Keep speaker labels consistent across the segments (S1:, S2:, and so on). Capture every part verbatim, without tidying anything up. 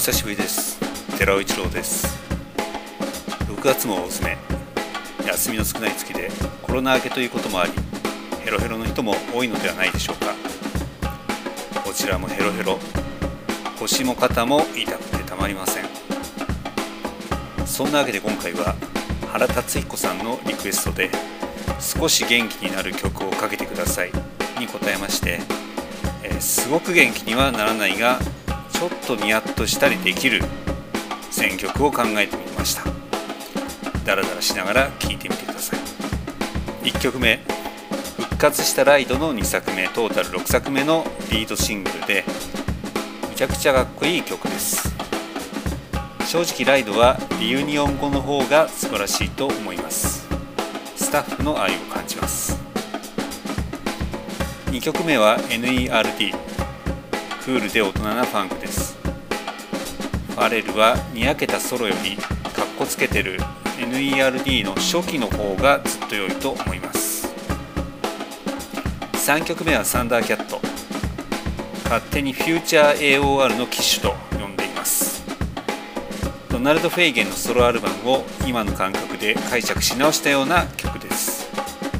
S1: 久しぶりです。寺尾一郎です。ろくがつも大詰め、休みの少ない月でコロナ明けということもあり、ヘロヘロの人も多いのではないでしょうか。こちらもヘロヘロ、腰も肩も痛くてたまりません。そんなわけで今回は原辰彦さんのリクエストで少し元気になる曲をかけてくださいに答えまして、えー、すごく元気にはならないがちょっとニヤッとしたりできる選曲を考えてみました。ダラダラしながら聴いてみてください。いっきょくめ、復活したライドのにさくめ、トータルろくさくめのリードシングルでめちゃくちゃかっこいい曲です。正直ライドはリユニオン後の方が素晴らしいと思います。スタッフの愛を感じます。にきょくめは エヌイーアールディー、 クールで大人なファンクです。ファレルはにやけたソロよりかっこつけてる エヌイーアールディー の初期の方がずっと良いと思います。さんきょくめはサンダーキャット、勝手にフューチャー エーオーアール の機種と呼んでいます。ドナルド・フェイゲンのソロアルバムを今の感覚で解釈し直したような曲です。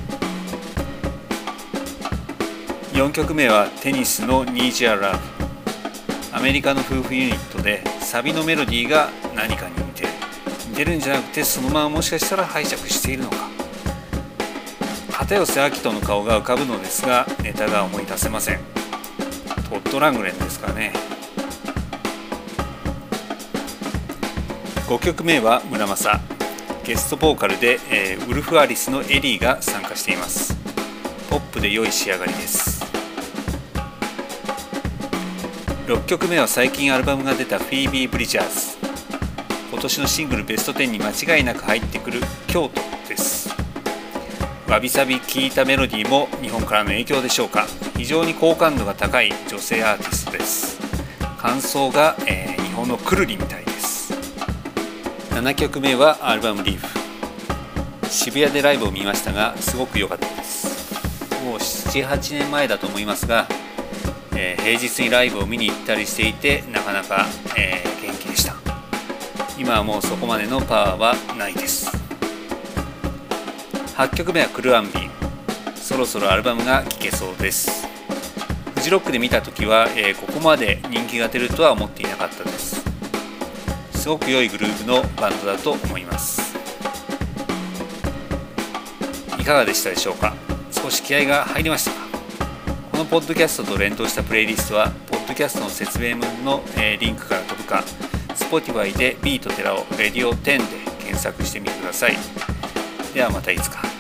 S1: よんきょくめはテニスの Need Your Love、 アメリカの夫婦ユニットでサビのメロディーが何かに似てる似てるんじゃなくてそのままもしかしたら拝借しているのか。片寄明人の顔が浮かぶのですがネタが思い出せません。トッド・ラングレンですかね。ごきょくめは村正、ゲストボーカルで、えー、ウルフ・アリスのエリーが参加しています。ポップで良い仕上がりです。ろっきょくめは最近アルバムが出たフィービー・ブリジャーズ、今年のシングルベストじゅうに間違いなく入ってくる京都です。わびさび聴いたメロディーも日本からの影響でしょうか。非常に好感度が高い女性アーティストです。感想が、えー、日本のくるりみたいです。ななきょくめはアルバムリーフ、渋谷でライブを見ましたがすごく良かったです。もうななはちねんまえだと思いますが、えー、平日にライブを見に行ったりしていてなかなか、えー、元気でした。今はもうそこまでのパワーはないです。はちきょくめはクルアンビー、そろそろアルバムが聴けそうです。フジロックで見た時は、えー、ここまで人気が出るとは思っていなかったです。すごく良いグループのバンドだと思います。いかがでしたでしょうか。少し気合が入りましたか。このポッドキャストと連動したプレイリストはポッドキャストの説明文の、えー、リンクから飛ぶか Spotify でビート寺尾レディオじゅうで検索してみてください。ではまたいつか。